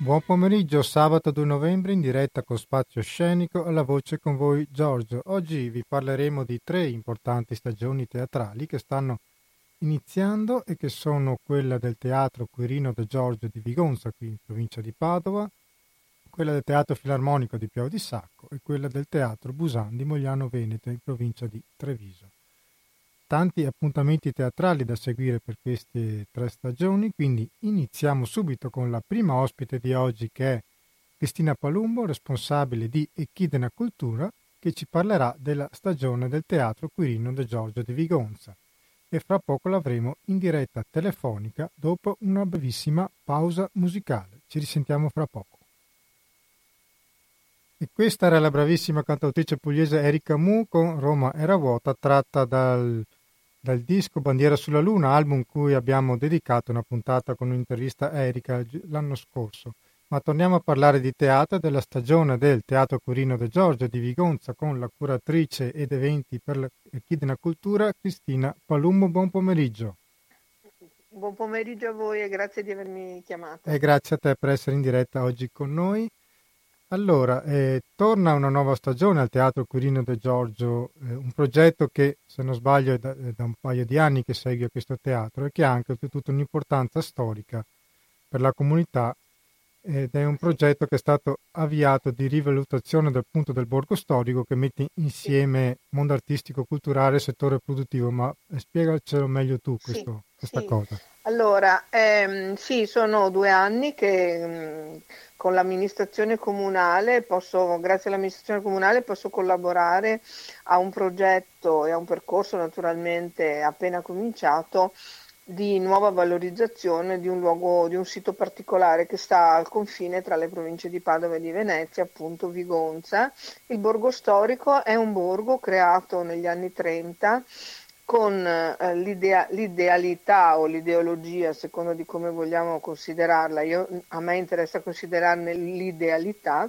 Buon pomeriggio, sabato 2 novembre in diretta con Spazio Scenico, alla voce con voi Giorgio. Oggi vi parleremo di 3 importanti stagioni teatrali che stanno iniziando e che sono quella del Teatro Quirino de Giorgio di Vigonza, qui in provincia di Padova, quella del Teatro Filarmonico di Piave di Sacco e quella del Teatro Busan di Mogliano Veneto in provincia di Treviso. Tanti appuntamenti teatrali da seguire per queste 3 stagioni, quindi iniziamo subito con la prima ospite di oggi, che è Cristina Palumbo, responsabile di Echidna Cultura, che ci parlerà della stagione del Teatro Quirino de Giorgio di Vigonza, e fra poco l'avremo in diretta telefonica dopo una brevissima pausa musicale. Ci risentiamo fra poco. E questa era la bravissima cantautrice pugliese Erika Mu con Roma era vuota, tratta dal disco Bandiera sulla Luna, album cui abbiamo dedicato una puntata con un'intervista a Erika l'anno scorso. Ma torniamo a parlare di teatro e della stagione del Teatro Quirino de Giorgio di Vigonza con la curatrice ed eventi per l'Echidna Cultura Cristina Palumbo. Buon pomeriggio. Buon pomeriggio a voi e grazie di avermi chiamato. E grazie a te per essere in diretta oggi con noi. Allora, torna una nuova stagione al Teatro Quirino de Giorgio, un progetto che, se non sbaglio, è da un paio di anni che segue questo teatro e che ha anche oltretutto un'importanza storica per la comunità, ed è un progetto che è stato avviato di rivalutazione del punto del borgo storico, che mette insieme mondo artistico, culturale e settore produttivo. Ma spiegacelo meglio tu questa cosa. Allora, sì, sono 2 anni che con l'amministrazione comunale grazie all'amministrazione comunale posso collaborare a un progetto e a un percorso naturalmente appena cominciato di nuova valorizzazione di un luogo, di un sito particolare che sta al confine tra le province di Padova e di Venezia, appunto Vigonza. Il borgo storico è un borgo creato negli anni 30 con l'idealità o l'ideologia, a seconda di come vogliamo considerarla. A me interessa considerarne l'idealità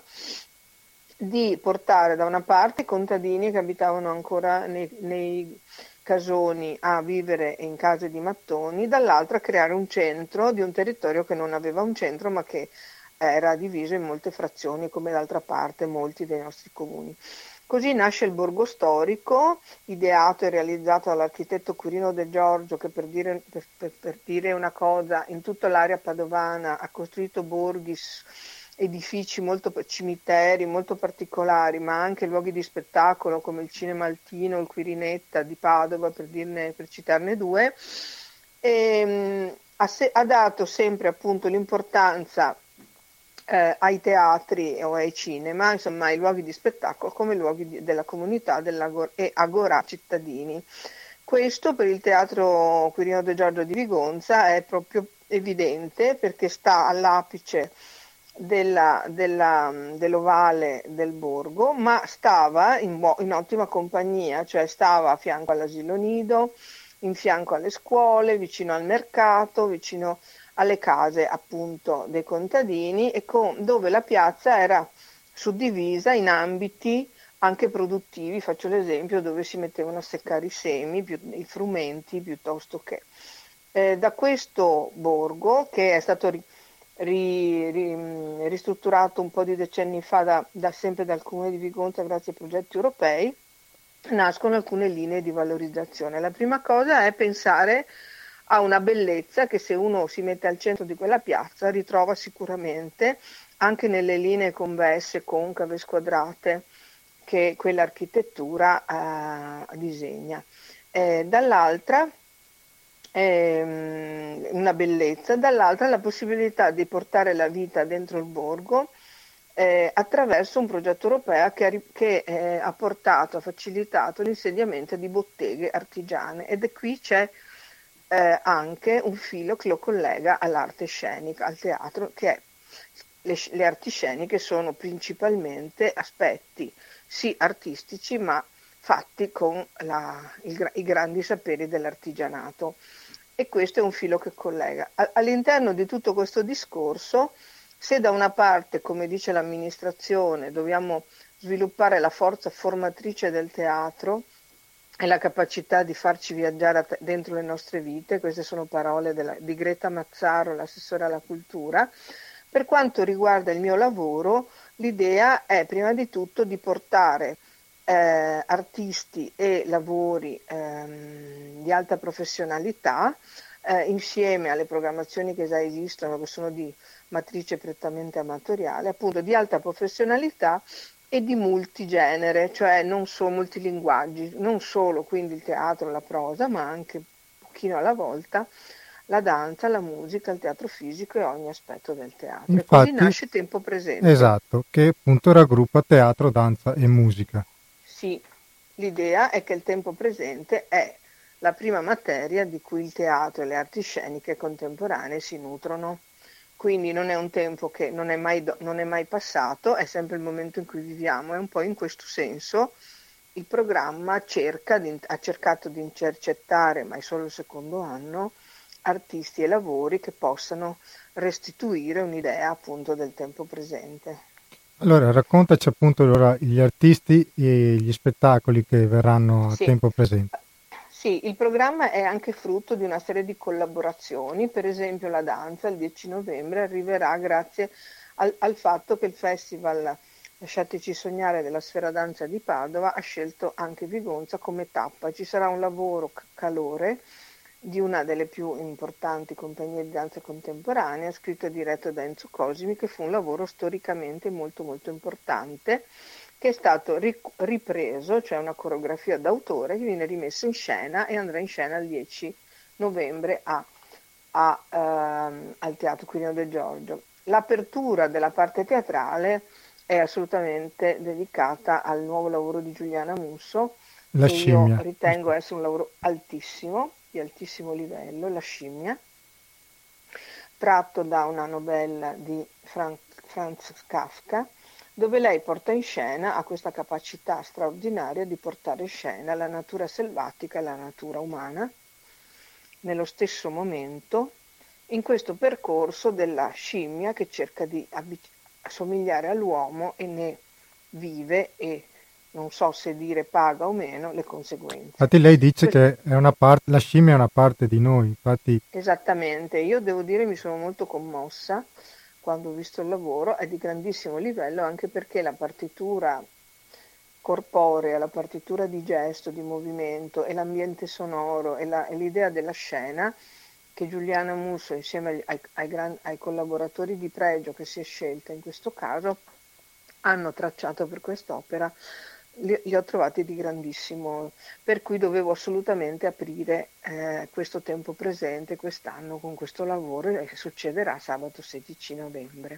di portare da una parte i contadini che abitavano ancora nei casoni a vivere in case di mattoni, dall'altra creare un centro di un territorio che non aveva un centro ma che era diviso in molte frazioni, come d'altra parte molti dei nostri comuni. Così nasce il borgo storico, ideato e realizzato dall'architetto Quirino de Giorgio, che per dire una cosa, in tutta l'area padovana ha costruito borghi, edifici, cimiteri molto particolari, ma anche luoghi di spettacolo come il Cinema Altino, il Quirinetta di Padova, per citarne 2, e ha dato sempre appunto l'importanza ai teatri o ai cinema, insomma ai luoghi di spettacolo come luoghi della comunità e agorà cittadini. Questo per il Teatro Quirino de Giorgio di Vigonza è proprio evidente, perché sta all'apice dell'ovale del borgo, ma stava in ottima compagnia, cioè stava a fianco all'asilo nido, in fianco alle scuole, vicino al mercato, vicino alle case appunto dei contadini, e dove la piazza era suddivisa in ambiti anche produttivi. Faccio l'esempio dove si mettevano a seccare i semi, i frumenti, piuttosto che. Da questo borgo, che è stato ristrutturato un po' di decenni fa sempre dal Comune di Vigonza grazie ai progetti europei, nascono alcune linee di valorizzazione. La prima cosa è pensare a una bellezza che, se uno si mette al centro di quella piazza, ritrova sicuramente anche nelle linee convesse, concave, squadrate che quell'architettura disegna. Dall'altra una bellezza, dall'altra la possibilità di portare la vita dentro il borgo attraverso un progetto europeo che ha facilitato l'insediamento di botteghe artigiane, ed qui c'è anche un filo che lo collega all'arte scenica, al teatro, che è le arti sceniche sono principalmente aspetti sì artistici, ma fatti con i grandi saperi dell'artigianato, e questo è un filo che collega. All'interno di tutto questo discorso, se da una parte, come dice l'amministrazione, dobbiamo sviluppare la forza formatrice del teatro e la capacità di farci viaggiare dentro le nostre vite, queste sono parole di Greta Mazzaro, l'assessore alla cultura, Per quanto riguarda il mio lavoro, l'idea è prima di tutto di portare artisti e lavori di alta professionalità insieme alle programmazioni che già esistono, che sono di matrice prettamente amatoriale, appunto di alta professionalità e di multigenere, cioè non solo multilinguaggi, non solo quindi il teatro, la prosa, ma anche un pochino alla volta la danza, la musica, il teatro fisico e ogni aspetto del teatro. E così Infatti, nasce Tempo Presente. esatto, che appunto raggruppa teatro, danza e musica. Sì, l'idea è che il tempo presente è la prima materia di cui il teatro e le arti sceniche contemporanee si nutrono. Quindi non è un tempo che non è mai passato, è sempre il momento in cui viviamo, e un po' in questo senso il programma ha cercato di intercettare, ma è solo il secondo anno, artisti e lavori che possano restituire un'idea appunto del tempo presente. Allora, raccontaci appunto allora gli artisti e gli spettacoli che verranno a Sì. tempo presente. Sì, il programma è anche frutto di una serie di collaborazioni, per esempio la danza il 10 novembre arriverà grazie al fatto che il festival Lasciateci sognare della Sfera Danza di Padova ha scelto anche Vigonza come tappa. Ci sarà un lavoro calore di una delle più importanti compagnie di danza contemporanea, scritto e diretto da Enzo Cosimi, che fu un lavoro storicamente molto molto importante, che è stato ripreso, cioè una coreografia d'autore che viene rimessa in scena e andrà in scena il 10 novembre al Teatro Quirino del Giorgio. L'apertura della parte teatrale è assolutamente dedicata al nuovo lavoro di Giuliana Musso, La che io scimmia. ritengo essere un lavoro altissimo, di altissimo livello, La scimmia, tratto da una novella di Franz Kafka, dove lei porta in scena, ha questa capacità straordinaria di portare in scena la natura selvatica e la natura umana nello stesso momento, in questo percorso della scimmia che cerca di assomigliare all'uomo e ne vive e non so se dire paga o meno le conseguenze. Infatti lei dice che è una parte, la scimmia è una parte di noi, infatti. Esattamente, io devo dire mi sono molto commossa quando ho visto il lavoro, è di grandissimo livello anche perché la partitura corporea, la partitura di gesto, di movimento e l'ambiente sonoro e l'idea della scena che Giuliana Musso insieme ai collaboratori di pregio che si è scelta in questo caso hanno tracciato per quest'opera, li ho trovati di grandissimo, per cui dovevo assolutamente aprire questo tempo presente quest'anno con questo lavoro e succederà sabato 16 novembre.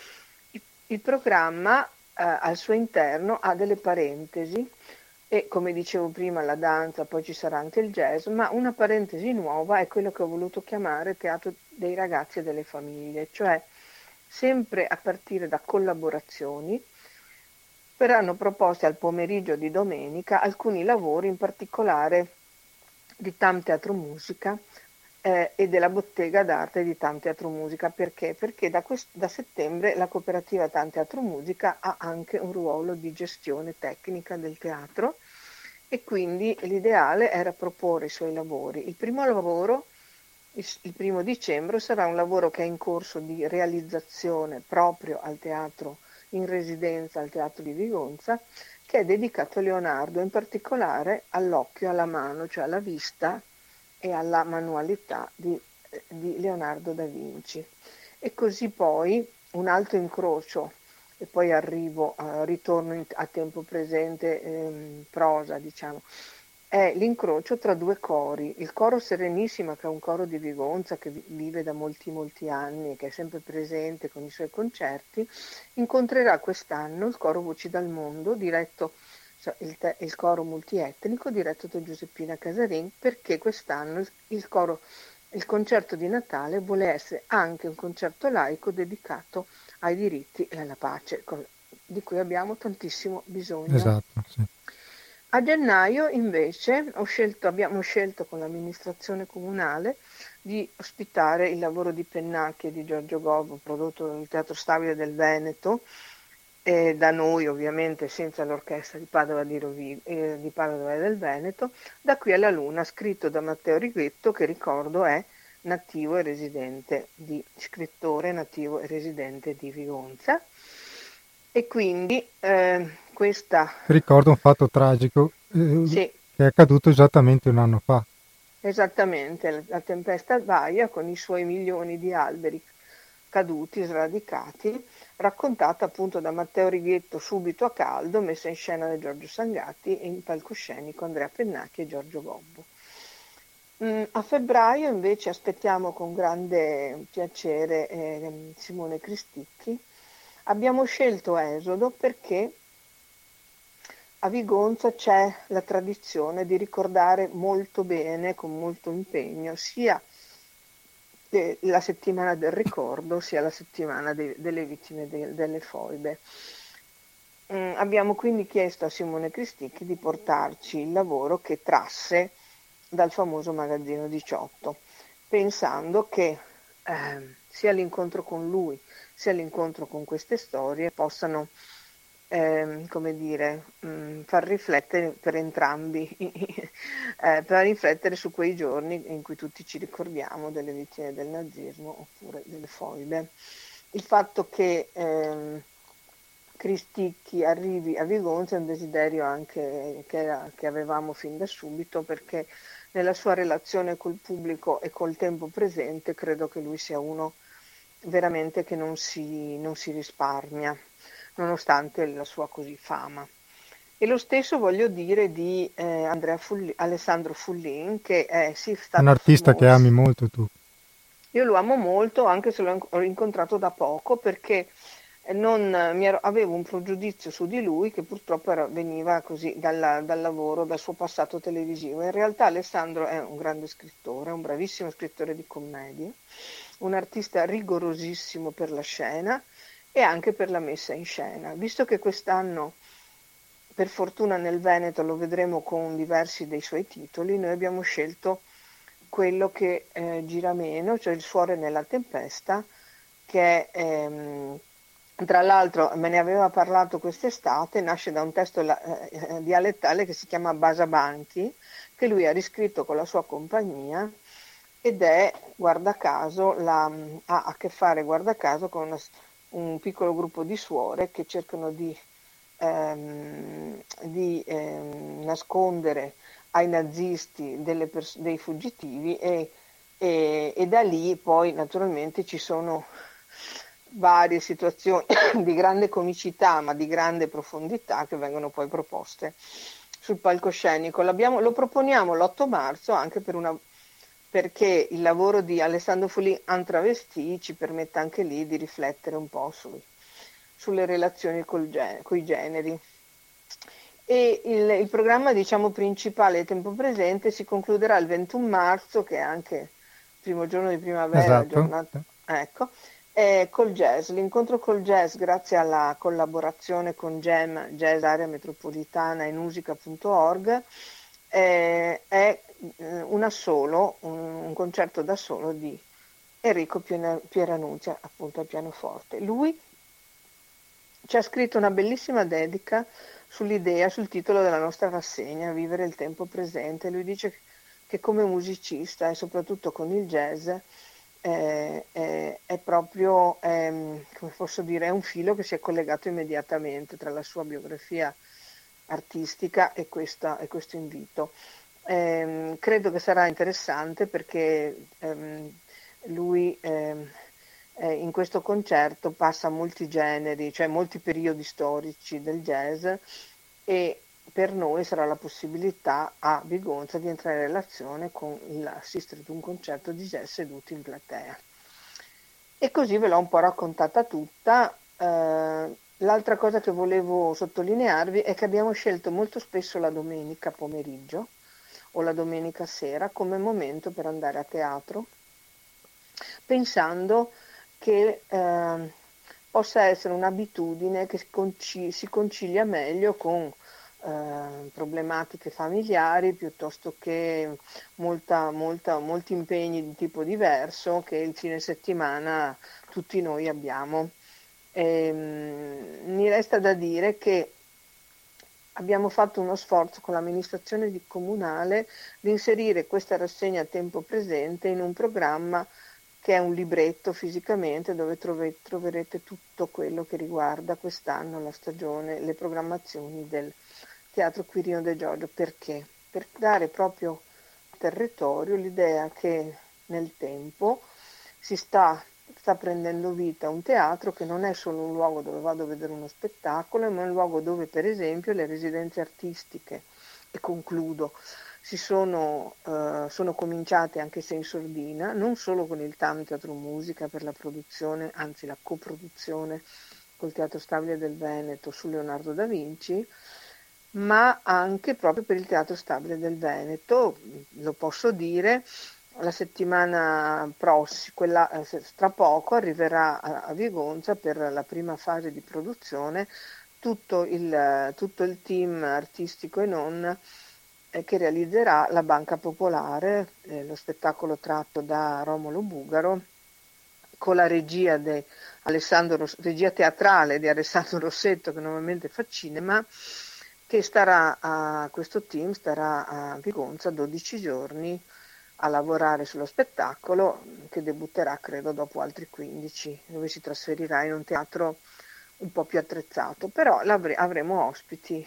Il programma al suo interno ha delle parentesi e come dicevo prima la danza, poi ci sarà anche il jazz, ma una parentesi nuova è quello che ho voluto chiamare teatro dei ragazzi e delle famiglie, cioè sempre a partire da collaborazioni verranno proposti al pomeriggio di domenica alcuni lavori, in particolare di Tam Teatro Musica e della bottega d'arte di Tam Teatro Musica. Perché? Perché da settembre la cooperativa Tam Teatro Musica ha anche un ruolo di gestione tecnica del teatro e quindi l'ideale era proporre i suoi lavori. Il primo lavoro, il 1° dicembre, sarà un lavoro che è in corso di realizzazione proprio al teatro in residenza al Teatro di Vigonza, che è dedicato a Leonardo, in particolare all'occhio, alla mano, cioè alla vista e alla manualità di Leonardo da Vinci. E così poi un altro incrocio, e poi ritorno a tempo presente, prosa, diciamo, è l'incrocio tra due cori. Il coro Serenissima, che è un coro di Vigonza che vive da molti anni e che è sempre presente con i suoi concerti, incontrerà quest'anno il coro Voci dal Mondo, il coro multietnico diretto da Giuseppina Casarin, perché quest'anno il concerto di Natale vuole essere anche un concerto laico dedicato ai diritti e alla pace, di cui abbiamo tantissimo bisogno. Esatto, sì. A gennaio invece abbiamo scelto con l'amministrazione comunale di ospitare il lavoro di Pennacchi e di Giorgio Gobbo prodotto dal Teatro Stabile del Veneto, e da noi ovviamente senza l'orchestra di Padova di Padova e del Veneto, Da qui alla luna, scritto da Matteo Righetto, che ricordo è nativo e residente di scrittore nativo e residente di Vigonza. E quindi questa Ricordo un fatto tragico sì, che è accaduto esattamente un anno fa. esattamente, la tempesta Baia con i suoi milioni di alberi caduti, sradicati, raccontata appunto da Matteo Righetto subito a caldo, messa in scena da Giorgio Sangatti e in palcoscenico Andrea Pennacchi e Giorgio Gobbo. A febbraio invece aspettiamo con grande piacere Simone Cristicchi. Abbiamo scelto Esodo perché a Vigonza c'è la tradizione di ricordare molto bene, con molto impegno, sia la settimana del ricordo, sia la settimana delle vittime delle foibe. Abbiamo quindi chiesto a Simone Cristicchi di portarci il lavoro che trasse dal famoso magazzino 18, pensando che sia l'incontro con lui, sia l'incontro con queste storie possano come dire, far riflettere per entrambi, far riflettere su quei giorni in cui tutti ci ricordiamo delle vittime del nazismo oppure delle foibe. Il fatto che Cristicchi arrivi a Vigonza è un desiderio anche che avevamo fin da subito, perché nella sua relazione col pubblico e col tempo presente credo che lui sia uno veramente che non si risparmia, nonostante la sua così fama. E lo stesso voglio dire di Alessandro Fullin, che è sì Un stato artista che famoso. ami molto tu. Io lo amo molto, anche se l'ho incontrato da poco, perché avevo un pregiudizio su di lui che purtroppo veniva così dal lavoro, dal suo passato televisivo. In realtà Alessandro è un grande scrittore, un bravissimo scrittore di commedie, un artista rigorosissimo per la scena e anche per la messa in scena. Visto che quest'anno, per fortuna nel Veneto, lo vedremo con diversi dei suoi titoli, noi abbiamo scelto quello che gira meno, cioè Il suore nella tempesta, che è, tra l'altro me ne aveva parlato quest'estate, nasce da un testo dialettale che si chiama Basabanchi, che lui ha riscritto con la sua compagnia ed è, guarda caso, ha a che fare, guarda caso, con un piccolo gruppo di suore che cercano di nascondere ai nazisti dei fuggitivi e da lì poi naturalmente ci sono varie situazioni di grande comicità ma di grande profondità che vengono poi proposte sul palcoscenico. Lo proponiamo l'8 marzo anche perché il lavoro di Alessandro Fulin en travesti ci permette anche lì di riflettere un po' sulle relazioni con i generi. E il programma, diciamo, principale a tempo presente si concluderà il 21 marzo, che è anche il primo giorno di primavera, Esatto. giornata, ecco, col jazz. L'incontro col jazz, grazie alla collaborazione con GEM, Jazz Area Metropolitana e musica.org, è un concerto da solo di Enrico Pieranunzia, appunto al pianoforte. Lui ci ha scritto una bellissima dedica sul titolo della nostra rassegna, Vivere il tempo presente. Lui dice che come musicista e soprattutto con il jazz è proprio, come posso dire, è un filo che si è collegato immediatamente tra la sua biografia artistica e questo invito. Credo che sarà interessante perché lui in questo concerto passa molti generi, cioè molti periodi storici del jazz, e per noi sarà la possibilità a Vigonza di entrare in relazione con l'assistere ad un concerto di jazz seduti in platea. E così ve l'ho un po' raccontata tutta. L'altra cosa che volevo sottolinearvi è che abbiamo scelto molto spesso la domenica pomeriggio o la domenica sera come momento per andare a teatro, pensando che possa essere un'abitudine che si concilia meglio con problematiche familiari piuttosto che molti impegni di tipo diverso che il fine settimana tutti noi abbiamo. Mi resta da dire che abbiamo fatto uno sforzo con l'amministrazione comunale di inserire questa rassegna a tempo presente in un programma che è un libretto fisicamente dove troverete tutto quello che riguarda quest'anno la stagione, le programmazioni del Teatro Quirino De Giorgio. Perché? Per dare proprio al territorio l'idea che nel tempo sta prendendo vita un teatro che non è solo un luogo dove vado a vedere uno spettacolo, ma è un luogo dove per esempio le residenze artistiche, e concludo, sono cominciate anche se in sordina, non solo con il TAM Teatro Musica per la produzione, anzi la coproduzione col Teatro Stabile del Veneto su Leonardo da Vinci, ma anche proprio per il Teatro Stabile del Veneto, lo posso dire. La settimana prossima, tra poco, arriverà a Vigonza per la prima fase di produzione tutto il team artistico e non che realizzerà la Banca Popolare, lo spettacolo tratto da Romolo Bugaro, con la regia regia teatrale di Alessandro Rossetto, che normalmente fa cinema, che questo team starà a Vigonza 12 giorni a lavorare sullo spettacolo, che debutterà credo dopo altri 15, dove si trasferirà in un teatro un po' più attrezzato, però avremo ospiti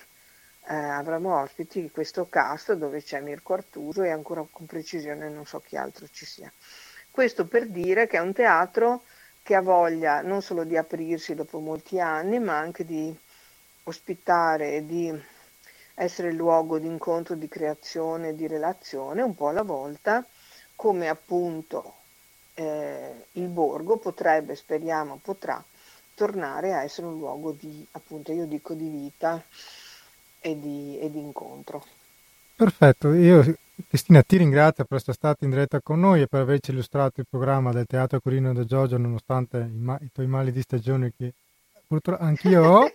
di questo cast dove c'è Mirko Arturo e ancora con precisione non so chi altro ci sia. Questo per dire che è un teatro che ha voglia non solo di aprirsi dopo molti anni, ma anche di ospitare e di essere il luogo di incontro, di creazione, di relazione, un po' alla volta, come appunto il borgo potrà tornare a essere un luogo di, appunto, io dico, di vita e di incontro. Perfetto, io Cristina ti ringrazio per essere stata in diretta con noi e per averci illustrato il programma del Teatro Quirino De Giorgio nonostante i tuoi mali di stagione che purtroppo anch'io ho.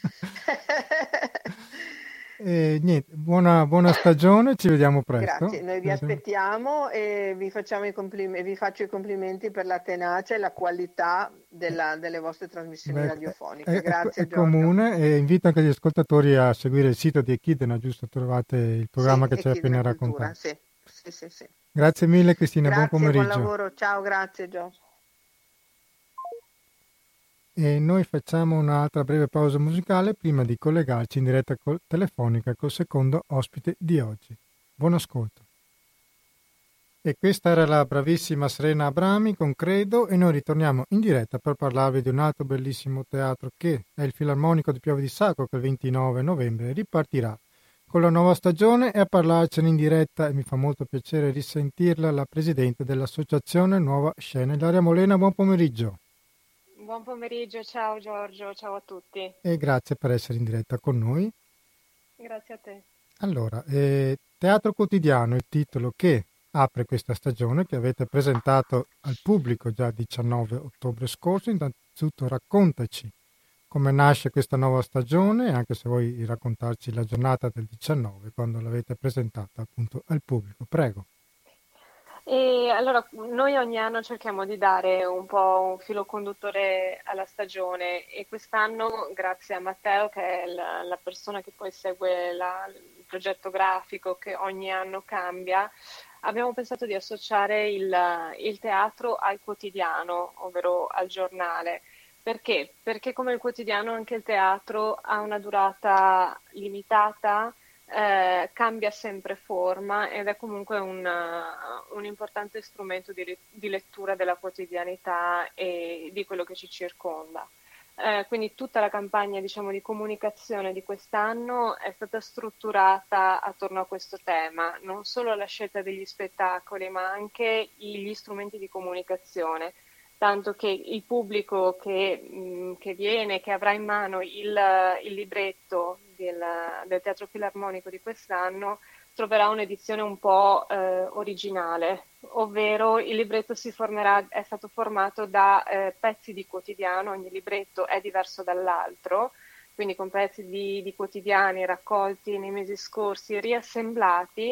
E niente, buona stagione, ci vediamo presto. Grazie, noi vi aspettiamo e vi faccio i complimenti per la tenacia e la qualità delle vostre trasmissioni radiofoniche. Grazie, è Giorgio. comune e invito anche gli ascoltatori a seguire il sito di Echidna, giusto? Trovate il programma che ci hai appena raccontato. Sì. Grazie mille Cristina, buon Grazie, pomeriggio. buon lavoro, ciao, grazie Giorgio. E noi facciamo un'altra breve pausa musicale prima di collegarci in diretta telefonica col secondo ospite di oggi. Buon ascolto. E questa era la bravissima Serena Abrami con Credo e noi ritorniamo in diretta per parlarvi di un altro bellissimo teatro che è il Filarmonico di Piave di Sacro, che il 29 novembre ripartirà con la nuova stagione, e a parlarcene in diretta, e mi fa molto piacere risentirla, la presidente dell'associazione Nuova Scena, Ilaria Molena. Buon pomeriggio. Buon pomeriggio, ciao Giorgio, ciao a tutti. E grazie per essere in diretta con noi. Grazie a te. Allora, Teatro Quotidiano, il titolo che apre questa stagione, che avete presentato al pubblico già il 19 ottobre scorso. Innanzitutto raccontaci come nasce questa nuova stagione, anche se vuoi raccontarci la giornata del 19, quando l'avete presentata appunto al pubblico. Prego. E allora, noi ogni anno cerchiamo di dare un po' un filo conduttore alla stagione e quest'anno, grazie a Matteo, che è la persona che poi segue il progetto grafico che ogni anno cambia, abbiamo pensato di associare il teatro al quotidiano, ovvero al giornale. Perché? Perché come il quotidiano anche il teatro ha una durata limitata, cambia sempre forma ed è comunque un importante strumento di lettura della quotidianità e di quello che ci circonda. Quindi tutta la campagna, diciamo, di comunicazione di quest'anno è stata strutturata attorno a questo tema, non solo la scelta degli spettacoli, ma anche gli strumenti di comunicazione. Tanto che il pubblico che viene, che avrà in mano il libretto del Teatro Filarmonico di quest'anno, troverà un'edizione un po' originale, ovvero il libretto è stato formato da pezzi di quotidiano, ogni libretto è diverso dall'altro, quindi con pezzi di quotidiani raccolti nei mesi scorsi, riassemblati,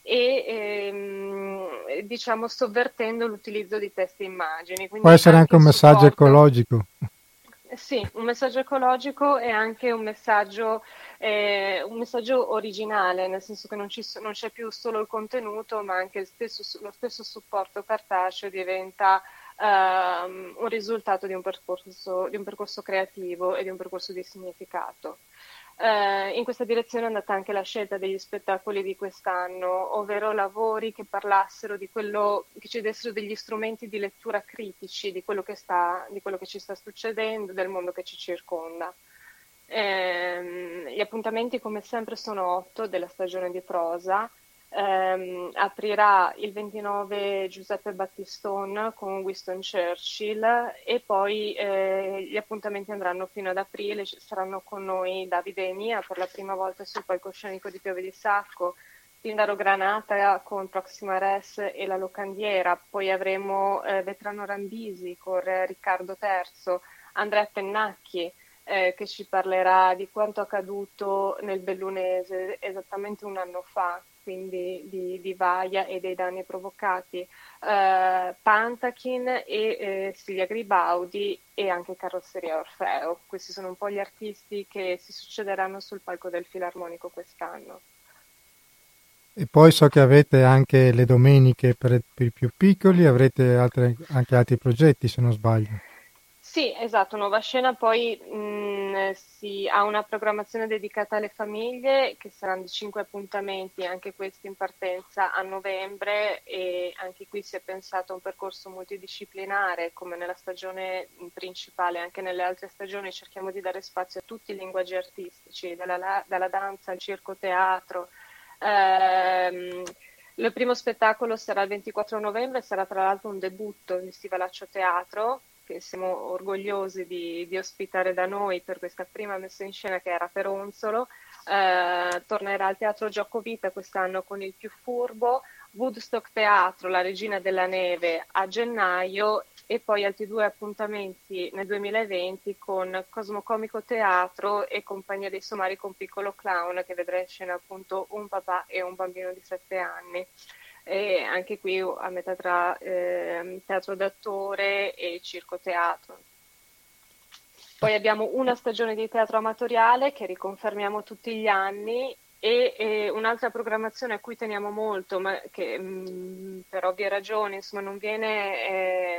e diciamo sovvertendo l'utilizzo di testi e immagini. Quindi può essere anche un messaggio ecologico. Sì, un messaggio ecologico e anche un messaggio originale, nel senso che non c'è più solo il contenuto, ma anche lo stesso supporto cartaceo diventa un risultato di un percorso creativo e di un percorso di significato. In questa direzione è andata anche la scelta degli spettacoli di quest'anno, ovvero lavori che parlassero di quello, che ci dessero degli strumenti di lettura critici di quello che ci sta succedendo, del mondo che ci circonda. Gli appuntamenti, come sempre, sono 8 della stagione di prosa. Aprirà il 29 Giuseppe Battistone con Winston Churchill e poi gli appuntamenti andranno fino ad aprile. Saranno con noi Davide e Mia per la prima volta sul palcoscenico di Pieve di Sacco, Tindaro Granata con Proxima Res e La Locandiera, poi avremo Vetrano Rambisi con Riccardo Terzo, Andrea Pennacchi che ci parlerà di quanto accaduto nel Bellunese esattamente un anno fa, quindi di Vaia e dei danni provocati, Pantachin e Silvia Gribaudi e anche Carrozzeria Orfeo. Questi sono un po' gli artisti che si succederanno sul palco del Filarmonico quest'anno. E poi so che avete anche le domeniche per i più piccoli, avrete anche altri progetti, se non sbaglio. Sì, esatto, Nuova Scena poi si ha una programmazione dedicata alle famiglie che saranno di 5 appuntamenti, anche questi in partenza a novembre, e anche qui si è pensato a un percorso multidisciplinare come nella stagione principale, anche nelle altre stagioni cerchiamo di dare spazio a tutti i linguaggi artistici, dalla danza al circo-teatro. Il primo spettacolo sarà il 24 novembre, sarà tra l'altro un debutto in Stivalaccio Teatro, che siamo orgogliosi di ospitare da noi per questa prima messa in scena che era Peronzolo. Tornerà al Teatro Giacovita quest'anno con Il più furbo, Woodstock Teatro, La regina della neve a gennaio e poi altri 2 appuntamenti nel 2020 con Cosmocomico Teatro e Compagnia dei Somari con Piccolo Clown, che vedrà in scena appunto un papà e un bambino di 7 anni. E anche qui a metà tra teatro d'attore e circo-teatro. Poi abbiamo una stagione di teatro amatoriale che riconfermiamo tutti gli anni e un'altra programmazione a cui teniamo molto, ma che per ovvie ragioni insomma, non viene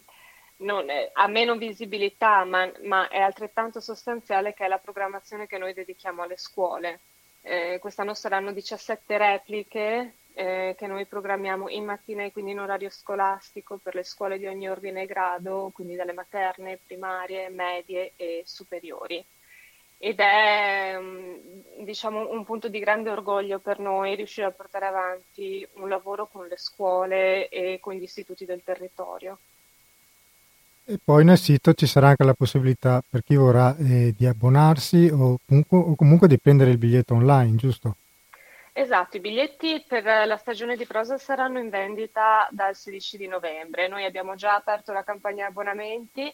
a meno visibilità, ma è altrettanto sostanziale, che è la programmazione che noi dedichiamo alle scuole. Quest'anno saranno 17 repliche che noi programmiamo in mattina e quindi in orario scolastico per le scuole di ogni ordine e grado, quindi dalle materne, primarie, medie e superiori. Ed è diciamo, un punto di grande orgoglio per noi riuscire a portare avanti un lavoro con le scuole e con gli istituti del territorio. E poi nel sito ci sarà anche la possibilità per chi vorrà di abbonarsi o comunque di prendere il biglietto online, giusto? Esatto, i biglietti per la stagione di prosa saranno in vendita dal 16 di novembre. Noi abbiamo già aperto la campagna abbonamenti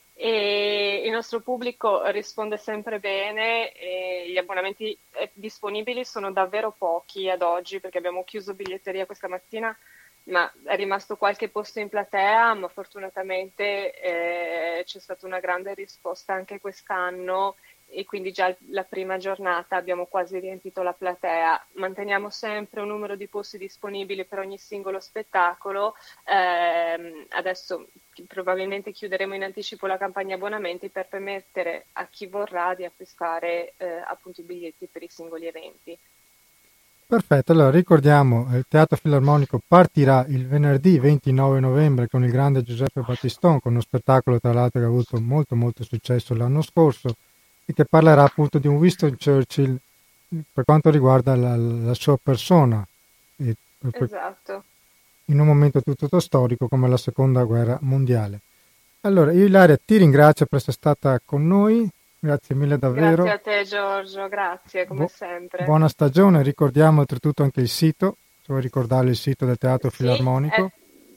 e il nostro pubblico risponde sempre bene e gli abbonamenti disponibili sono davvero pochi ad oggi perché abbiamo chiuso biglietteria questa mattina, ma è rimasto qualche posto in platea, ma fortunatamente c'è stata una grande risposta anche quest'anno e quindi già la prima giornata abbiamo quasi riempito la platea. Manteniamo sempre un numero di posti disponibili per ogni singolo spettacolo. Adesso probabilmente chiuderemo in anticipo la campagna abbonamenti per permettere a chi vorrà di acquistare appunto i biglietti per i singoli eventi. Perfetto, allora ricordiamo, il Teatro Filarmonico partirà il venerdì 29 novembre con il grande Giuseppe Battistone, con uno spettacolo tra l'altro che ha avuto molto successo l'anno scorso e che parlerà appunto di un Winston Churchill per quanto riguarda la sua persona, Esatto. in un momento tutto storico come la Seconda Guerra Mondiale. Allora, io Ilaria ti ringrazio per essere stata con noi, grazie mille davvero. Grazie a te Giorgio, grazie come sempre. Buona stagione, ricordiamo oltretutto anche il sito, se vuoi ricordare il sito del Teatro Filarmonico.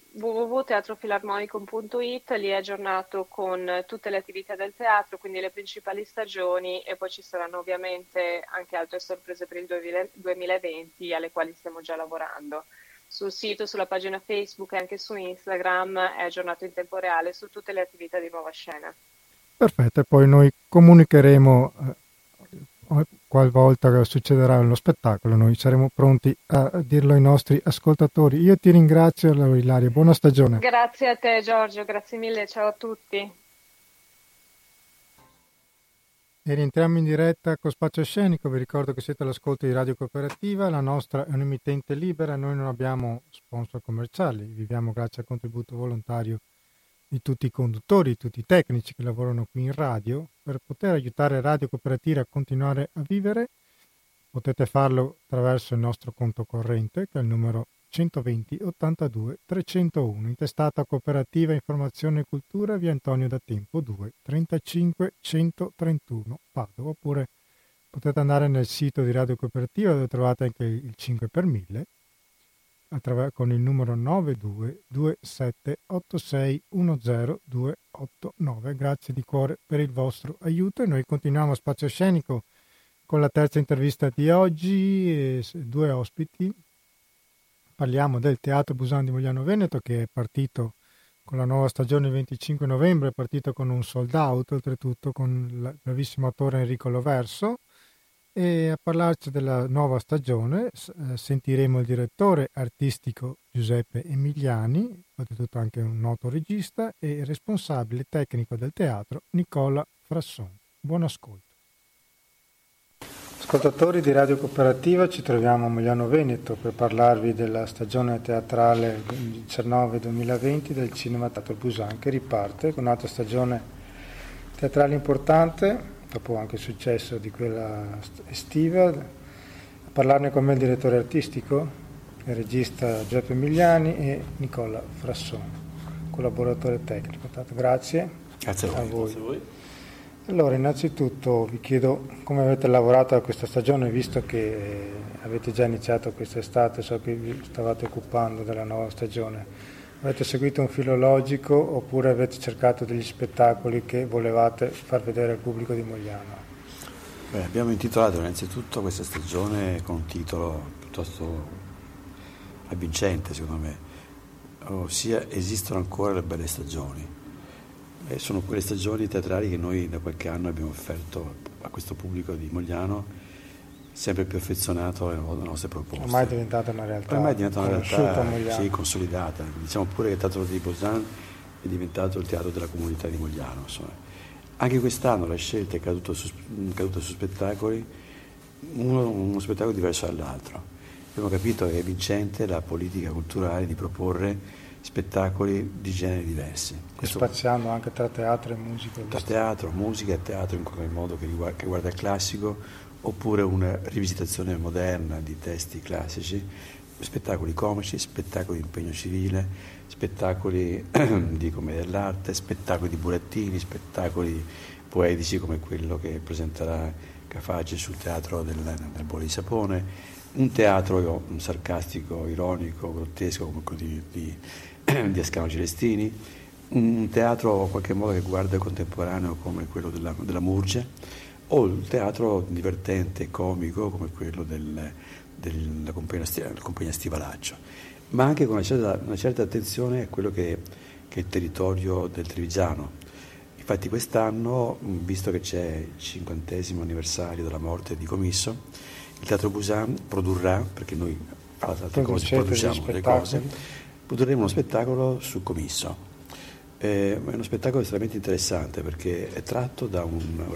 www.teatrofilarmonico.it, lì è aggiornato con tutte le attività del teatro, quindi le principali stagioni e poi ci saranno ovviamente anche altre sorprese per il 2020 alle quali stiamo già lavorando. Sul sito, sulla pagina Facebook e anche su Instagram è aggiornato in tempo reale su tutte le attività di Nuova Scena. Perfetto, e poi noi comunicheremo qualvolta succederà lo spettacolo, noi saremo pronti a dirlo ai nostri ascoltatori. Io ti ringrazio, Ilaria, buona stagione. Grazie a te Giorgio, grazie mille, ciao a tutti. E rientriamo in diretta con Spazio Scenico. Vi ricordo che siete all'ascolto di Radio Cooperativa, la nostra è un'emittente libera, noi non abbiamo sponsor commerciali, viviamo grazie al contributo volontario di tutti i conduttori, tutti i tecnici che lavorano qui in radio. Per poter aiutare Radio Cooperativa a continuare a vivere potete farlo attraverso il nostro conto corrente, che è il numero 120 82 301, intestata Cooperativa Informazione e Cultura, via Antonio da Tempo 2 35 131 Padova, oppure potete andare nel sito di Radio Cooperativa dove trovate anche il 5 per 1000 con il numero 9227861029. Grazie di cuore per il vostro aiuto e noi continuiamo a Spazio Scenico con la terza intervista di oggi, due ospiti. Parliamo del Teatro Busan di Mogliano Veneto, che è partito con la nuova stagione il 25 novembre, è partito con un sold out, oltretutto con il bravissimo attore Enrico Loverso. E a parlarci della nuova stagione sentiremo il direttore artistico Giuseppe Emiliani, oltretutto anche un noto regista, e il responsabile tecnico del teatro Nicola Frasson. Buon ascolto. Ascoltatori di Radio Cooperativa, ci troviamo a Mogliano Veneto per parlarvi della stagione teatrale 2019-2020 del Cinema Teatro Busan, che riparte con un'altra stagione teatrale importante dopo anche il successo di quella estiva. A parlarne con me il direttore artistico, il regista Giuseppe Emiliani e Nicola Frasson, collaboratore tecnico. Tanto grazie a voi. Grazie a voi. Allora, innanzitutto vi chiedo come avete lavorato a questa stagione, visto che avete già iniziato quest'estate, so che vi stavate occupando della nuova stagione. Avete seguito un filo logico oppure avete cercato degli spettacoli che volevate far vedere al pubblico di Mogliano? Abbiamo intitolato innanzitutto questa stagione con un titolo piuttosto avvincente, secondo me, ossia Esistono ancora le belle stagioni. Sono quelle stagioni teatrali che noi da qualche anno abbiamo offerto a questo pubblico di Mogliano, sempre più affezionato alle nostre proposte. Ormai è diventata una realtà. Ormai è diventata una realtà, sì, consolidata. Diciamo pure che il Teatro di Busan è diventato il teatro della comunità di Mogliano. Insomma. Anche quest'anno la scelta è caduta su spettacoli, uno spettacolo diverso dall'altro. Abbiamo capito che è vincente la politica culturale di proporre spettacoli di generi diversi. Spaziando anche tra teatro e musica. Tra teatro, musica e teatro in qualche modo che guarda il classico, oppure una rivisitazione moderna di testi classici, spettacoli comici, spettacoli di impegno civile, spettacoli di commedia dell'arte, spettacoli di burattini, spettacoli poetici come quello che presenterà Caface sul teatro del Bolle di Sapone, un teatro sarcastico, ironico, grottesco come quello di Ascano Celestini, un teatro in qualche modo che guarda il contemporaneo come quello della Murge, o il teatro divertente, comico, come quello della compagnia Stivalaggio, ma anche con una certa attenzione a quello che è il territorio del trevigiano. Infatti quest'anno, visto che c'è il 50° anniversario della morte di Comisso, il Teatro Busan produrrà, perché noi altre cose produciamo le cose, produrremo uno spettacolo su Comisso. È uno spettacolo estremamente interessante perché è tratto da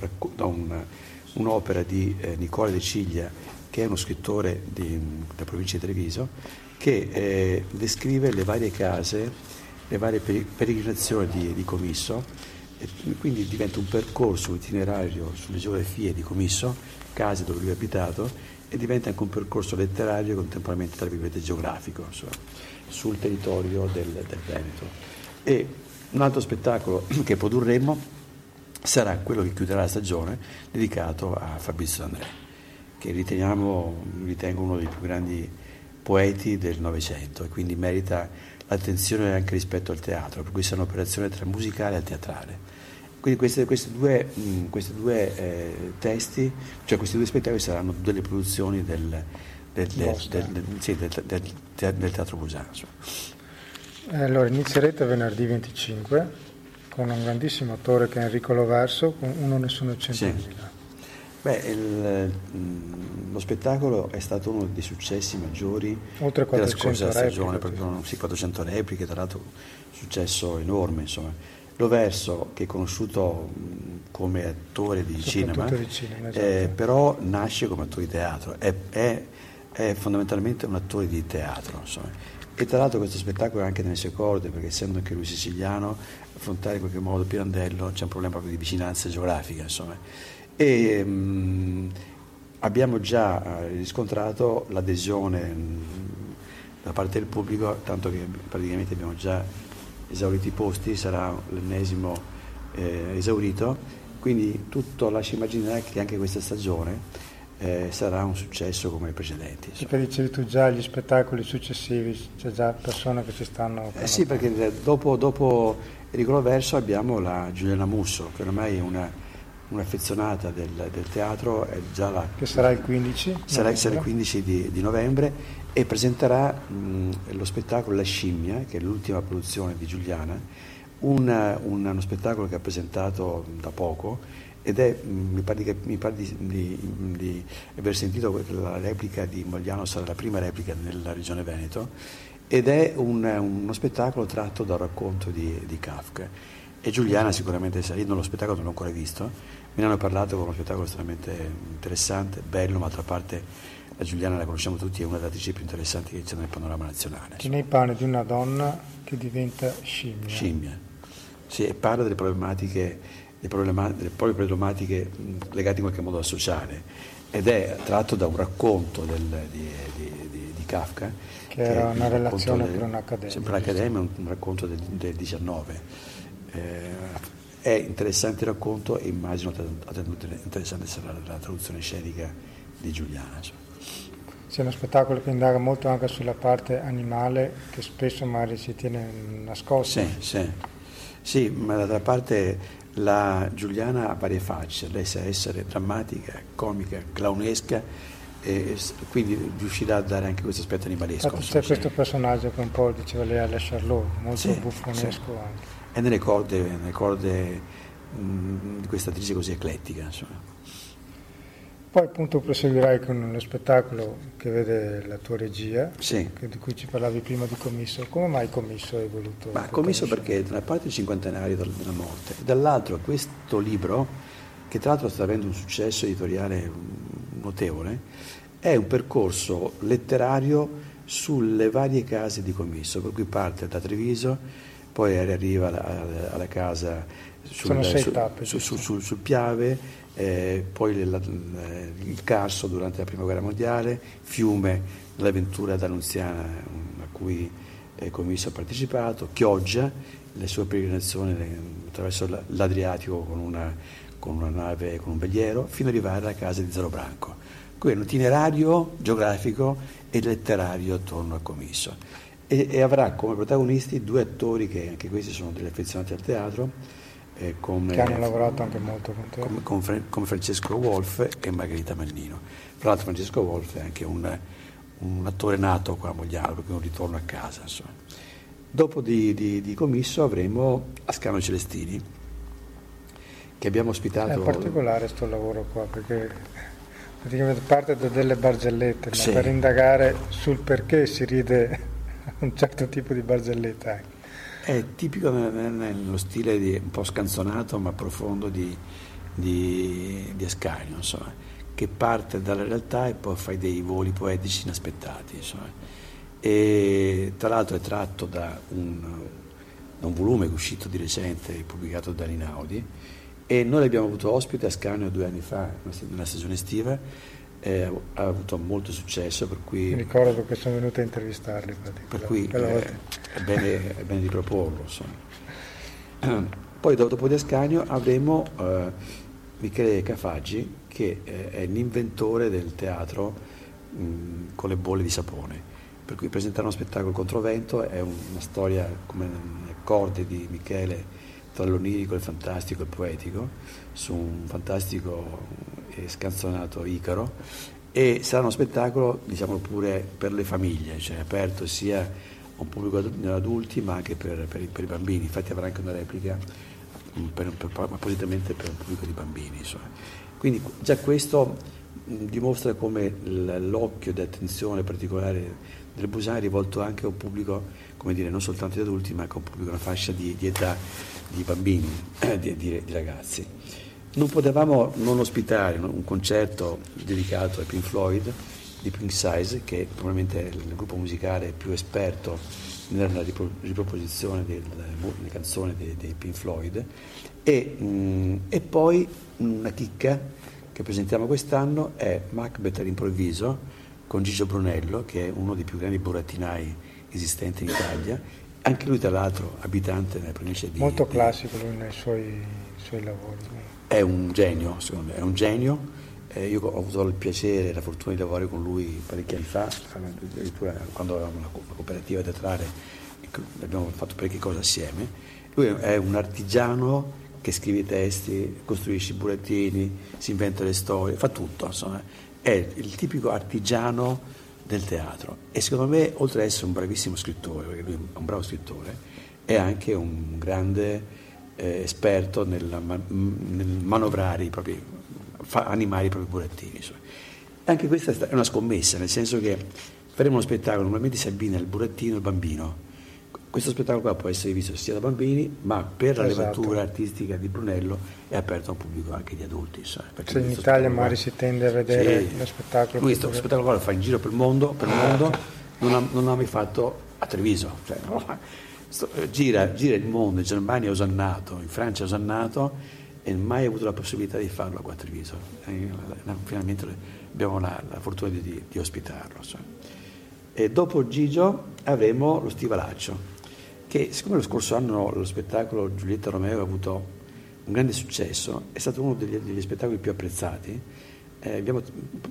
un'opera di Nicola De Ciglia, che è uno scrittore della provincia di Treviso, che descrive le varie case, le varie peregrinazioni di Comisso, e quindi diventa un percorso, un itinerario sulle geografie di Comisso, case dove lui ha abitato, e diventa anche un percorso letterario e contemporaneamente, tra virgolette, geografico, insomma, sul territorio del Veneto. E un altro spettacolo che produrremo sarà quello che chiuderà la stagione, dedicato a Fabrizio D'André, che ritengo uno dei più grandi poeti del Novecento e quindi merita l'attenzione anche rispetto al teatro, per cui sarà un'operazione tra musicale e teatrale. Quindi questi due testi, cioè questi due spettacoli saranno delle produzioni del Teatro Busan. Allora, inizierete venerdì 25 con un grandissimo attore che è Enrico Loverso, con Uno Nessuno 100.000. Sì. Beh, lo spettacolo è stato uno dei successi maggiori della scorsa stagione, perché sono 400 repliche, tra l'altro un successo enorme, insomma. Loverso, che è conosciuto come attore di cinema, esatto. però nasce come attore di teatro, è fondamentalmente un attore di teatro, insomma. E tra l'altro questo spettacolo è anche nelle sue corde, perché essendo anche lui siciliano, affrontare in qualche modo Pirandello c'è un problema proprio di vicinanza geografica, insomma. E abbiamo già riscontrato l'adesione da parte del pubblico, tanto che praticamente abbiamo già esaurito i posti, sarà l'ennesimo esaurito, quindi tutto lascia immaginare che anche questa stagione sarà un successo come i precedenti. Perché dicevi tu già gli spettacoli successivi, c'è già persone che ci stanno... Sì, perché dopo Enrico Loverso abbiamo la Giuliana Musso, che ormai è un'affezionata del teatro, è già che sarà il 15 sarà il 15 di novembre, e presenterà lo spettacolo La Scimmia, che è l'ultima produzione di Giuliana, uno spettacolo che ha presentato da poco, ed è, mi pare di aver sentito che la replica di Mogliano sarà la prima replica nella regione Veneto, ed è uno spettacolo tratto dal racconto di Kafka. E Giuliana sicuramente sa, io lo spettacolo non l'ho ancora visto, me ne hanno parlato come uno spettacolo estremamente interessante, bello, ma d'altra parte la Giuliana la conosciamo tutti, è una delle attrici più interessanti che c'è nel panorama nazionale. Che nei panni di una donna che diventa scimmia. Scimmia, sì, e parla delle problematiche legate in qualche modo al sociale, ed è tratto da un racconto di Kafka, che era una relazione per un'accademia. Sempre un'accademia, un racconto del 19. È interessante il racconto, e immagino altrettanto interessante sarà la traduzione scenica di Giuliana. C'è uno spettacolo che indaga molto anche sulla parte animale, che spesso magari si tiene nascosta. Sì, ma d'altra parte la Giuliana ha varie facce, lei sa essere drammatica, comica, clownesca, e quindi riuscirà a dare anche questo aspetto animalesco. C'è questo personaggio che un po' diceva lei alla Charlot, molto buffonesco anche. È nelle corde di questa attrice così eclettica, insomma. Poi appunto proseguirai con lo spettacolo che vede la tua regia, di cui ci parlavi prima di Commisso. Come mai Commisso hai voluto? Ma Commisso perché da una parte il cinquantenario della morte, e dall'altro questo libro, che tra l'altro sta avendo un successo editoriale notevole, è un percorso letterario sulle varie case di Commisso, per cui parte da Treviso, poi arriva alla casa sul Piave, poi il Carso durante la Prima Guerra Mondiale, Fiume nell'avventura d'Annunziana a cui Commisso ha partecipato, Chioggia, le sue peregrinazioni attraverso l'Adriatico con una nave, con un veliero, fino ad arrivare alla casa di Zero Branco. Qui è un itinerario geografico e letterario attorno a Commisso. E avrà come protagonisti due attori che anche questi sono degli affezionati al teatro, che hanno lavorato anche molto con te, come Francesco Wolf e Margherita Mannino. Tra l'altro Francesco Wolf è anche un attore nato qua a Mogliano, perché un ritorno a casa, insomma. Dopo di Commisso avremo Ascanio Celestini, che abbiamo ospitato. È particolare sto lavoro qua, perché praticamente parte da delle barzellette, ma per indagare sul perché si ride un certo tipo di barzelletta. È tipico nello stile un po' scanzonato ma profondo di Ascanio, insomma, che parte dalla realtà e poi fa dei voli poetici inaspettati, insomma. E tra l'altro è tratto da un volume che è uscito di recente, pubblicato da Rinaudi, e noi l'abbiamo avuto ospite a Ascanio 2 anni fa, nella stagione estiva. Ha avuto molto successo, per cui mi ricordo che sono venuto a intervistarli, per cui è bene riproporlo, insomma. Poi dopo di Ascanio avremo Michele Cafaggi, che è l'inventore del teatro con le bolle di sapone, per cui presenterà uno spettacolo Controvento. È una storia come nelle corde di Michele, tra l'onirico, il fantastico e il poetico, su un fantastico e scanzonato Icaro, e sarà uno spettacolo, diciamo pure, per le famiglie, cioè aperto sia a un pubblico adulti ma anche per i bambini. Infatti avrà anche una replica appositamente per un pubblico di bambini. Insomma. Quindi già questo dimostra come l'occhio di attenzione particolare del Busan è rivolto anche a un pubblico, come dire, non soltanto di adulti, ma anche a un pubblico, una fascia di età di bambini, di ragazzi. Non potevamo non ospitare un concerto dedicato ai Pink Floyd, di Pink Size, che probabilmente è il gruppo musicale più esperto nella riproposizione delle canzoni dei Pink Floyd, e poi una chicca che presentiamo quest'anno è Macbeth all'improvviso con Gigio Brunello, che è uno dei più grandi burattinai esistenti in Italia, anche lui tra l'altro abitante nella provincia di... Molto classico lui nei suoi lavori. È un genio, secondo me, è un genio. Io ho avuto il piacere e la fortuna di lavorare con lui parecchi anni fa, addirittura quando avevamo la cooperativa teatrale, abbiamo fatto parecchie cose assieme. Lui è un artigiano che scrive i testi, costruisce i burattini, si inventa le storie, fa tutto, insomma, è il tipico artigiano del teatro. E secondo me, oltre ad essere un bravissimo scrittore, perché lui è un bravo scrittore, è anche un grande esperto nel manovrare i propri, animare i propri burattini. Insomma. Anche questa è una scommessa, nel senso che faremo uno spettacolo, normalmente si abbina il burattino e il bambino. Questo spettacolo qua può essere visto sia da bambini, ma per la levatura artistica di Brunello è aperto a un pubblico anche di adulti. Cioè in Italia magari si tende a vedere lo spettacolo. Lui questo spettacolo qua lo fa in giro per il mondo, non l'ha mai fatto a Treviso. Cioè, gira il mondo, in Germania è osannato, in Francia è osannato, e mai avuto la possibilità di farlo qua a Treviso. Finalmente abbiamo la fortuna di ospitarlo. E dopo Gigio avremo lo Stivalaccio, che siccome lo scorso anno lo spettacolo Giulietta Romeo ha avuto un grande successo, è stato uno degli spettacoli più apprezzati, abbiamo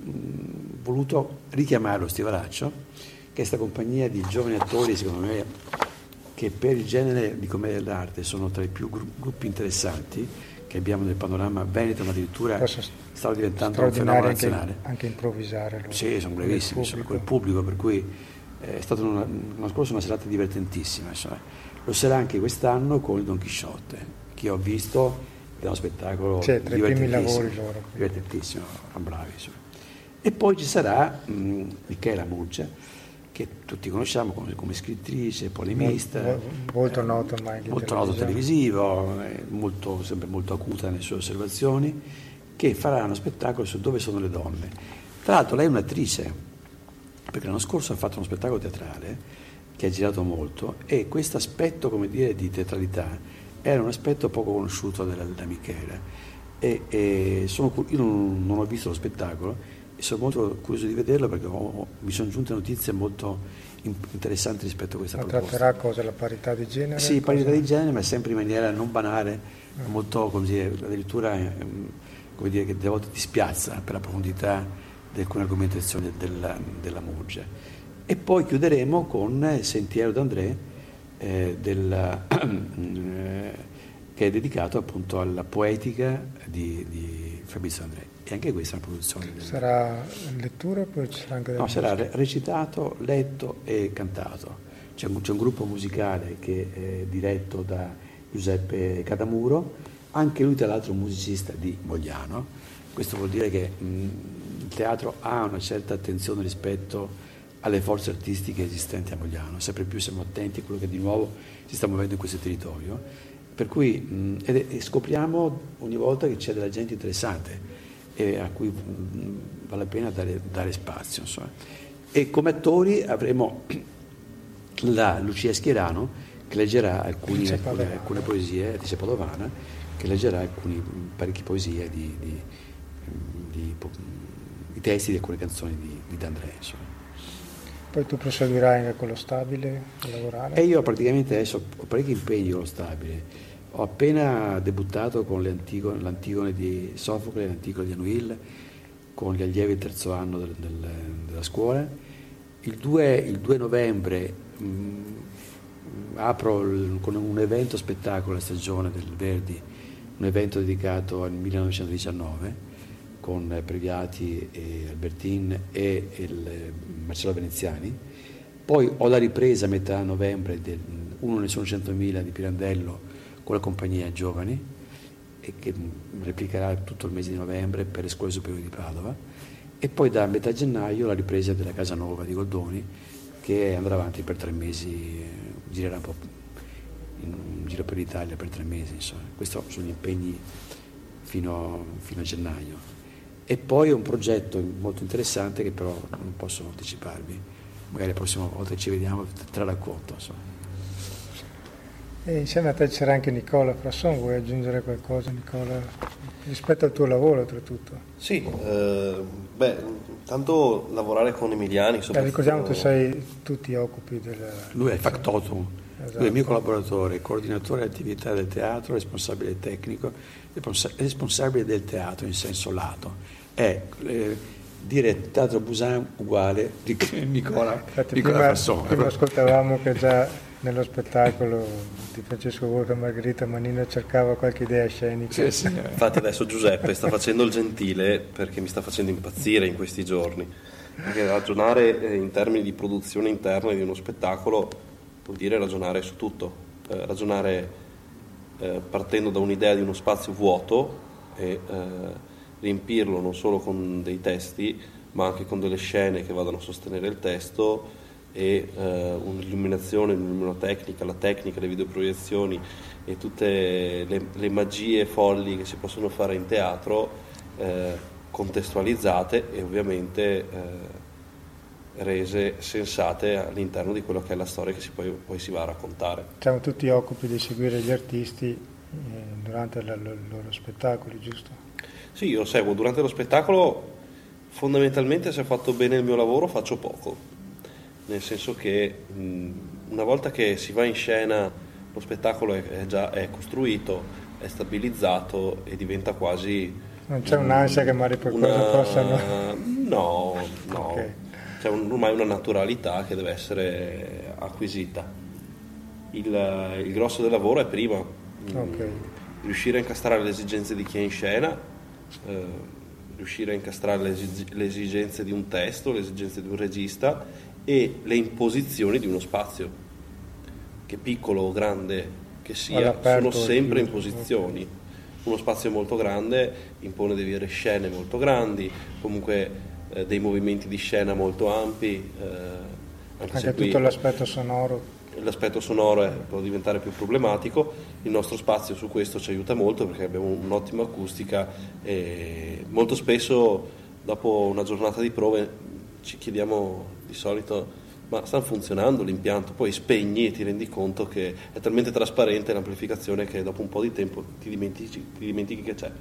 voluto richiamare lo Stivalaccio, che è questa compagnia di giovani attori, secondo me, che per il genere di commedia dell'arte sono tra i più gruppi interessanti che abbiamo nel panorama veneto, ma addirittura stanno diventando un fenomeno nazionale. Anche improvvisare. Sì, sono bravissimi, sono quel pubblico, per cui è stata l'anno scorso una serata divertentissima. Insomma. Lo sarà anche quest'anno con il Don Chisciotte, che ho visto, è uno spettacolo divertentissimo, sono bravi. Insomma. E poi ci sarà Michela Muggia, che tutti conosciamo come scrittrice, polemista, molto noto ormai molto noto televisivo, sempre molto acuta nelle sue osservazioni, che farà uno spettacolo su Dove sono le donne. Tra l'altro lei è un'attrice, perché l'anno scorso ha fatto uno spettacolo teatrale che ha girato molto, e questo aspetto, come dire, di teatralità era un aspetto poco conosciuto da Michela, io non ho visto lo spettacolo e sono molto curioso di vederlo, perché mi sono giunte notizie molto interessanti rispetto a questa proposta. Tratterà cosa? La parità di genere? Sì, parità di genere, ma sempre in maniera non banale, molto, come dire, addirittura come dire, che delle volte ti spiazza per la profondità di alcune argomentazioni della Muggia. E poi chiuderemo con Sentiero d'André, che è dedicato appunto alla poetica di Fabrizio André. E anche questa è una produzione. Sarà lettura o poi ci sarà anche No, sarà recitato, letto e cantato. C'è un gruppo musicale che è diretto da Giuseppe Cadamuro, anche lui tra l'altro un musicista di Mogliano. Questo vuol dire che il teatro ha una certa attenzione rispetto alle forze artistiche esistenti a Mogliano, sempre più siamo attenti a quello che di nuovo si sta muovendo in questo territorio, per cui e scopriamo ogni volta che c'è della gente interessante e a cui vale la pena dare spazio. Insomma. E come attori avremo la Lucia Schierano, che leggerà alcune poesie, Alice Padovana, che leggerà parecchie poesie di testi di alcune canzoni di D'André. Insomma. Poi tu proseguirai anche con lo Stabile a lavorare? E io praticamente adesso ho parecchi impegni con lo Stabile. Ho appena debuttato con l'Antigone di Sofocle e l'Antigone di Anuil, con gli allievi del terzo anno della scuola. Il 2 novembre apro con un evento spettacolo la stagione del Verdi, un evento dedicato al 1919 con Previati e Albertin e il Marcello Veneziani. Poi ho la ripresa a metà novembre Uno ne sono 100.000 di Pirandello con la compagnia Giovani, e che replicherà tutto il mese di novembre per le scuole superiori di Padova, e poi da metà gennaio la ripresa della Casa Nuova di Goldoni, che andrà avanti per 3 mesi, girerà un po' in giro per l'Italia per 3 mesi, insomma. Questi sono gli impegni fino a gennaio. E poi un progetto molto interessante che però non posso anticiparvi, magari la prossima volta ci vediamo, te la racconto, insomma. E insieme a te c'era anche Nicola Frasson, vuoi aggiungere qualcosa, Nicola, rispetto al tuo lavoro oltretutto? Sì, tanto lavorare con Emiliani ricordiamo tu ti occupi del... Lui è factotum, esatto. Lui è il mio collaboratore, coordinatore delle attività del teatro, responsabile tecnico, responsabile del teatro in senso lato. È dire Teatro Busan uguale di Nicola Frasson. Prima ascoltavamo che già nello spettacolo di Francesco Borca Margherita Manino cercava qualche idea scenica. Sì. Infatti adesso Giuseppe sta facendo il gentile perché mi sta facendo impazzire in questi giorni, perché ragionare in termini di produzione interna di uno spettacolo vuol dire ragionare su tutto, ragionare partendo da un'idea di uno spazio vuoto e riempirlo non solo con dei testi ma anche con delle scene che vadano a sostenere il testo, e un'illuminazione, un'illuminotecnica, la tecnica, le videoproiezioni e tutte le magie folli che si possono fare in teatro, contestualizzate e ovviamente rese sensate all'interno di quello che è la storia che poi si va a raccontare. Siamo tutti occupi di seguire gli artisti durante i loro spettacoli, giusto? Sì, io seguo durante lo spettacolo, fondamentalmente se ho fatto bene il mio lavoro faccio poco. Nel senso che una volta che si va in scena lo spettacolo è costruito, è stabilizzato e diventa quasi... Non c'è un'ansia che magari per cosa possano... No, okay. C'è ormai una naturalità che deve essere acquisita. Il grosso del lavoro è prima, riuscire a incastrare le esigenze di chi è in scena, riuscire a incastrare le esigenze di un testo, le esigenze di un regista e le imposizioni di uno spazio, che piccolo o grande che sia, sono sempre imposizioni. Uno spazio molto grande impone di avere scene molto grandi, comunque dei movimenti di scena molto ampi, anche se tutto l'aspetto sonoro. L'aspetto sonoro può diventare più problematico. Il nostro spazio su questo ci aiuta molto perché abbiamo un'ottima acustica e molto spesso dopo una giornata di prove ci chiediamo di solito: ma sta funzionando l'impianto? Poi spegni e ti rendi conto che è talmente trasparente l'amplificazione che dopo un po' di tempo ti dimentichi che c'è.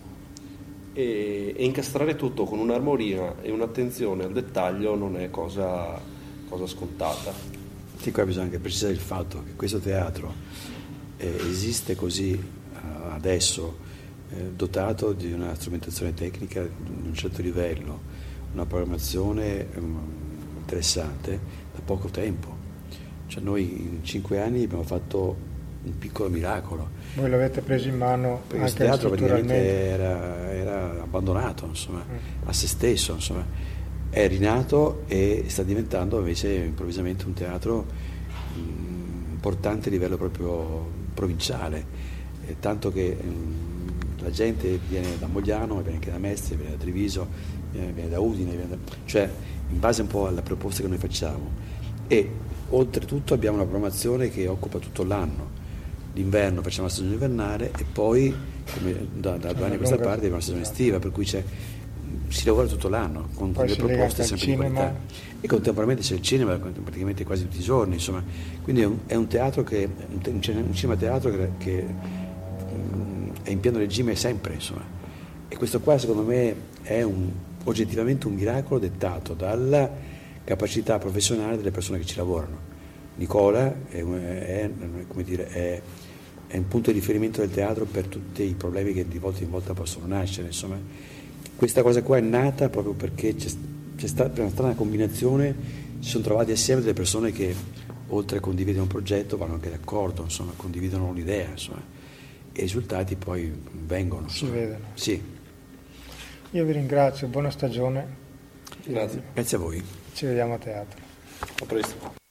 E incastrare tutto con un'armonia e un'attenzione al dettaglio non è cosa scontata. Sì, qua bisogna anche precisare il fatto che questo teatro esiste così adesso, dotato di una strumentazione tecnica di un certo livello, una programmazione interessante da poco tempo. Cioè noi in 5 anni abbiamo fatto un piccolo miracolo. Voi l'avete preso in mano perché anche il teatro strutturalmente. Era abbandonato, insomma, a se stesso, insomma. È rinato e sta diventando invece improvvisamente un teatro importante a livello proprio provinciale, tanto che la gente viene da Mogliano, viene anche da Mestre, viene da Treviso, viene da Udine, cioè in base un po' alla proposta che noi facciamo. E oltretutto abbiamo una programmazione che occupa tutto l'anno. D'inverno facciamo la stagione invernale e poi, come da 2 anni a questa parte, abbiamo la stagione estiva, per cui si lavora tutto l'anno con delle proposte sempre di qualità, e contemporaneamente c'è il cinema praticamente quasi tutti i giorni, insomma. Quindi è un teatro un cinema teatro che è in pieno regime sempre, insomma. E questo qua secondo me è oggettivamente un miracolo dettato dalla capacità professionale delle persone che ci lavorano. Nicola è un punto di riferimento del teatro per tutti i problemi che di volta in volta possono nascere, insomma. Questa cosa qua è nata proprio perché c'è stata una strana combinazione, si sono trovati assieme delle persone che oltre a condividere un progetto vanno anche d'accordo, insomma, condividono un'idea, insomma, e i risultati poi vengono. Si vedono. Sì. Io vi ringrazio, buona stagione. Grazie. Grazie a voi. Ci vediamo a teatro. A presto.